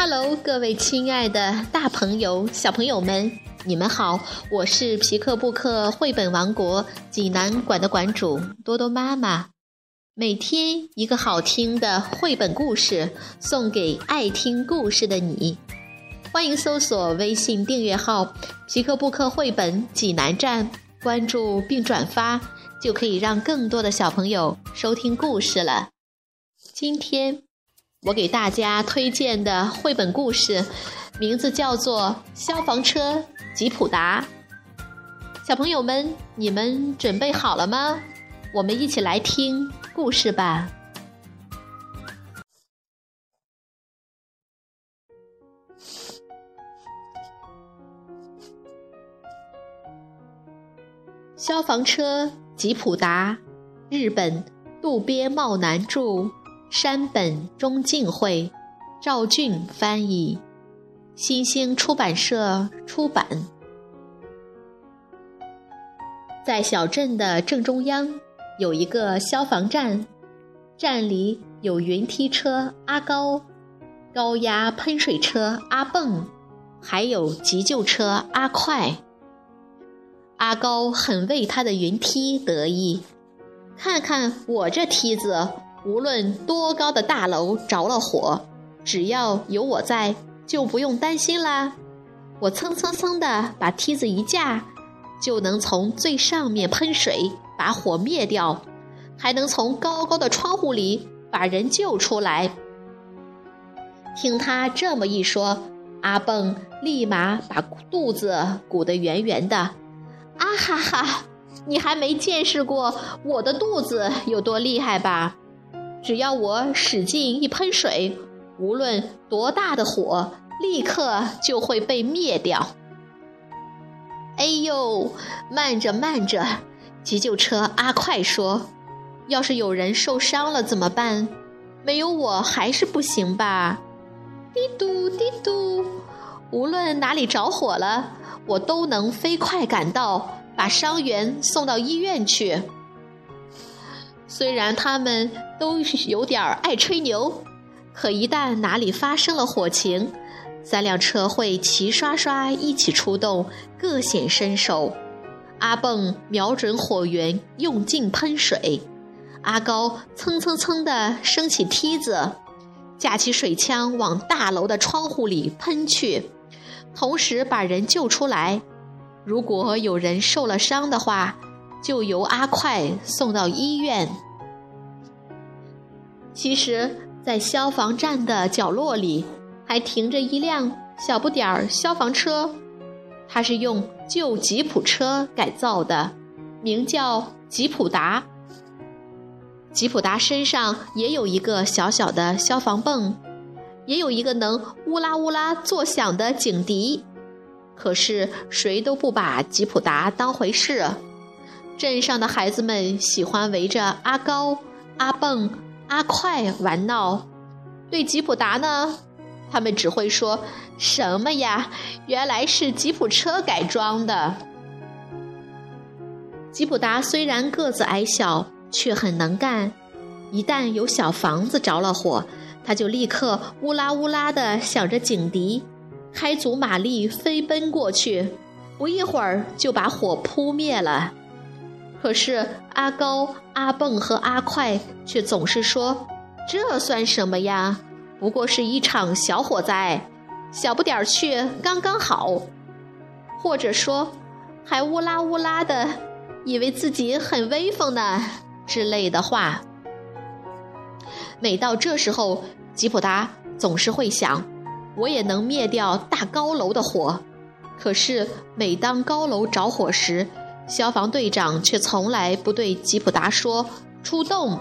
Hello， 各位亲爱的大朋友、小朋友们，你们好！我是皮克布克绘本王国济南馆的馆主多多妈妈。每天一个好听的绘本故事，送给爱听故事的你。欢迎搜索微信订阅号皮克布克绘本济南站，关注并转发，就可以让更多的小朋友收听故事了。今天我给大家推荐的绘本故事名字叫做《消防车吉普达》。小朋友们，你们准备好了吗？我们一起来听故事吧。消防车吉普达，日本渡边茂男著，山本忠敬绘，赵俊翻译，新兴出版社出版。在小镇的正中央有一个消防站，站里有云梯车阿高、高压喷水车阿蹦，还有急救车阿快。阿高很为他的云梯得意，看看我这梯子，无论多高的大楼着了火，只要有我在，就不用担心啦。我蹭蹭蹭地把梯子一架，就能从最上面喷水，把火灭掉，还能从高高的窗户里把人救出来。听他这么一说，阿蹦立马把肚子鼓得圆圆的。啊哈哈，你还没见识过我的肚子有多厉害吧？只要我使劲一喷水，无论多大的火，立刻就会被灭掉。哎呦，慢着慢着，急救车阿快说，要是有人受伤了怎么办？没有我还是不行吧？滴嘟滴嘟，无论哪里着火了，我都能飞快赶到，把伤员送到医院去。虽然他们都有点爱吹牛，可一旦哪里发生了火情，三辆车会齐刷刷一起出动，各显身手。阿蹦瞄准火源，用劲喷水；阿高蹭蹭蹭地升起梯子，架起水枪往大楼的窗户里喷去，同时把人救出来。如果有人受了伤的话，就由阿快送到医院。其实在消防站的角落里还停着一辆小不点儿消防车，它是用旧吉普车改造的，名叫吉普达。吉普达身上也有一个小小的消防泵，也有一个能乌拉乌拉作响的警笛，可是谁都不把吉普达当回事。镇上的孩子们喜欢围着阿高、阿蹦、阿快玩闹，对吉普达呢，他们只会说，什么呀，原来是吉普车改装的。吉普达虽然个子矮小，却很能干，一旦有小房子着了火，他就立刻乌拉乌拉地响着警笛，开足马力飞奔过去，不一会儿就把火扑灭了。可是阿高、阿蹦和阿快却总是说，这算什么呀？不过是一场小火灾，小不点儿去刚刚好。或者说，还乌拉乌拉的，以为自己很威风呢之类的话。每到这时候，吉普达总是会想，我也能灭掉大高楼的火。可是每当高楼着火时，消防队长却从来不对吉普达说出动。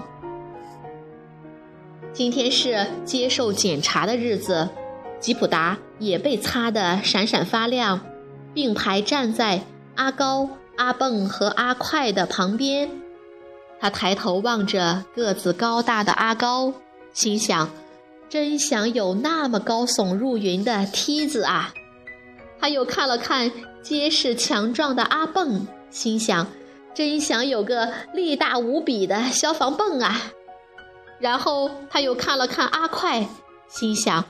今天是接受检查的日子，吉普达也被擦得闪闪发亮，并排站在阿高、阿蹦和阿快的旁边。他抬头望着个子高大的阿高，心想，真想有那么高耸入云的梯子啊。他又看了看结实强壮的阿蹦，心想，真想有个力大无比的消防泵啊。然后他又看了看阿快，心想，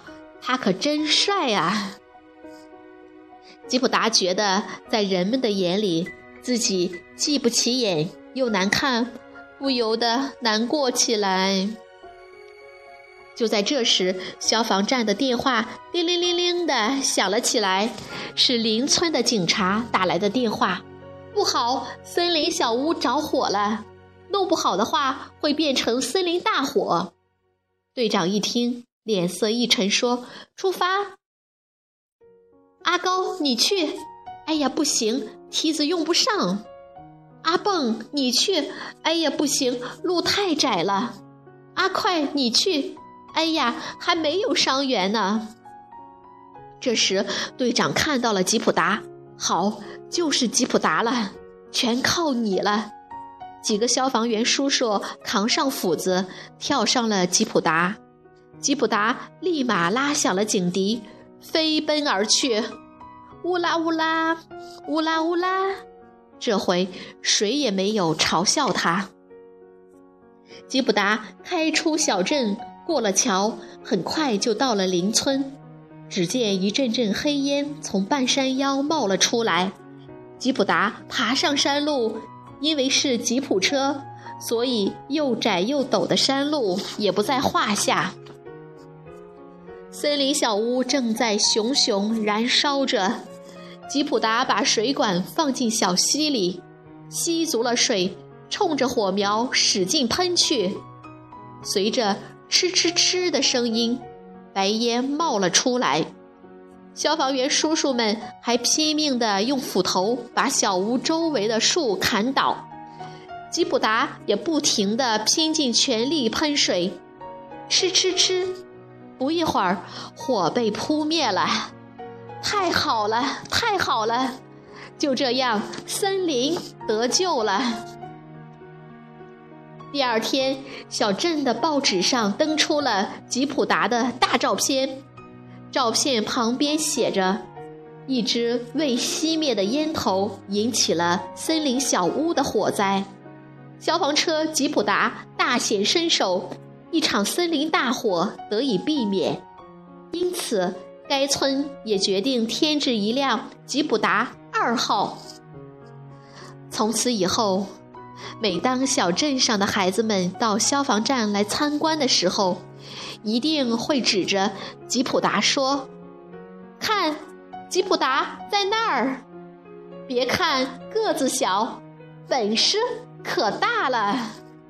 他可真帅啊！吉普达觉得在人们的眼里，自己既不起眼又难看，不由得难过起来。就在这时，消防站的电话铃铃铃铃地响了起来，是邻村的警察打来的电话。不好，森林小屋着火了，弄不好的话会变成森林大火。队长一听，脸色一沉，说：出发。阿高，你去。哎呀，不行，梯子用不上。阿蹦，你去。哎呀，不行，路太窄了。阿快，你去。哎呀，还没有伤员呢。这时队长看到了吉普达，好，就是吉普达了，全靠你了。几个消防员叔叔扛上斧子，跳上了吉普达。吉普达立马拉响了警笛，飞奔而去。乌拉乌拉，乌拉乌拉，这回谁也没有嘲笑他。吉普达开出小镇，过了桥，很快就到了邻村。只见一阵阵黑烟从半山腰冒了出来。吉普达爬上山路，因为是吉普车，所以又窄又陡的山路也不在话下。森林小屋正在熊熊燃烧着，吉普达把水管放进小溪里，吸足了水，冲着火苗使劲喷去。随着嗤嗤嗤的声音，白烟冒了出来。消防员叔叔们还拼命地用斧头把小屋周围的树砍倒。吉普达也不停地拼尽全力喷水，嗤嗤嗤，不一会儿火被扑灭了。太好了，太好了，就这样森林得救了。第二天，小镇的报纸上登出了吉普达的大照片，照片旁边写着：一支未熄灭的烟头引起了森林小屋的火灾，消防车吉普达大显身手，一场森林大火得以避免。因此该村也决定添置一辆吉普达2号。从此以后，每当小镇上的孩子们到消防站来参观的时候，一定会指着吉普达说：看，吉普达在那儿。别看个子小，本事可大了。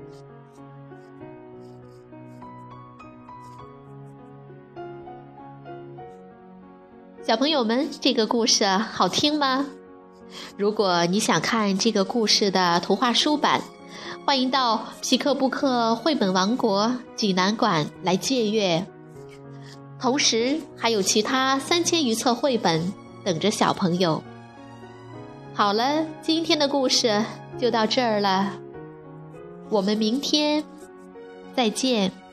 小朋友们，这个故事好听吗？如果你想看这个故事的图画书版，欢迎到皮克布克绘本王国济南馆来借阅。同时还有其他3000余册绘本等着小朋友。好了，今天的故事就到这儿了，我们明天再见。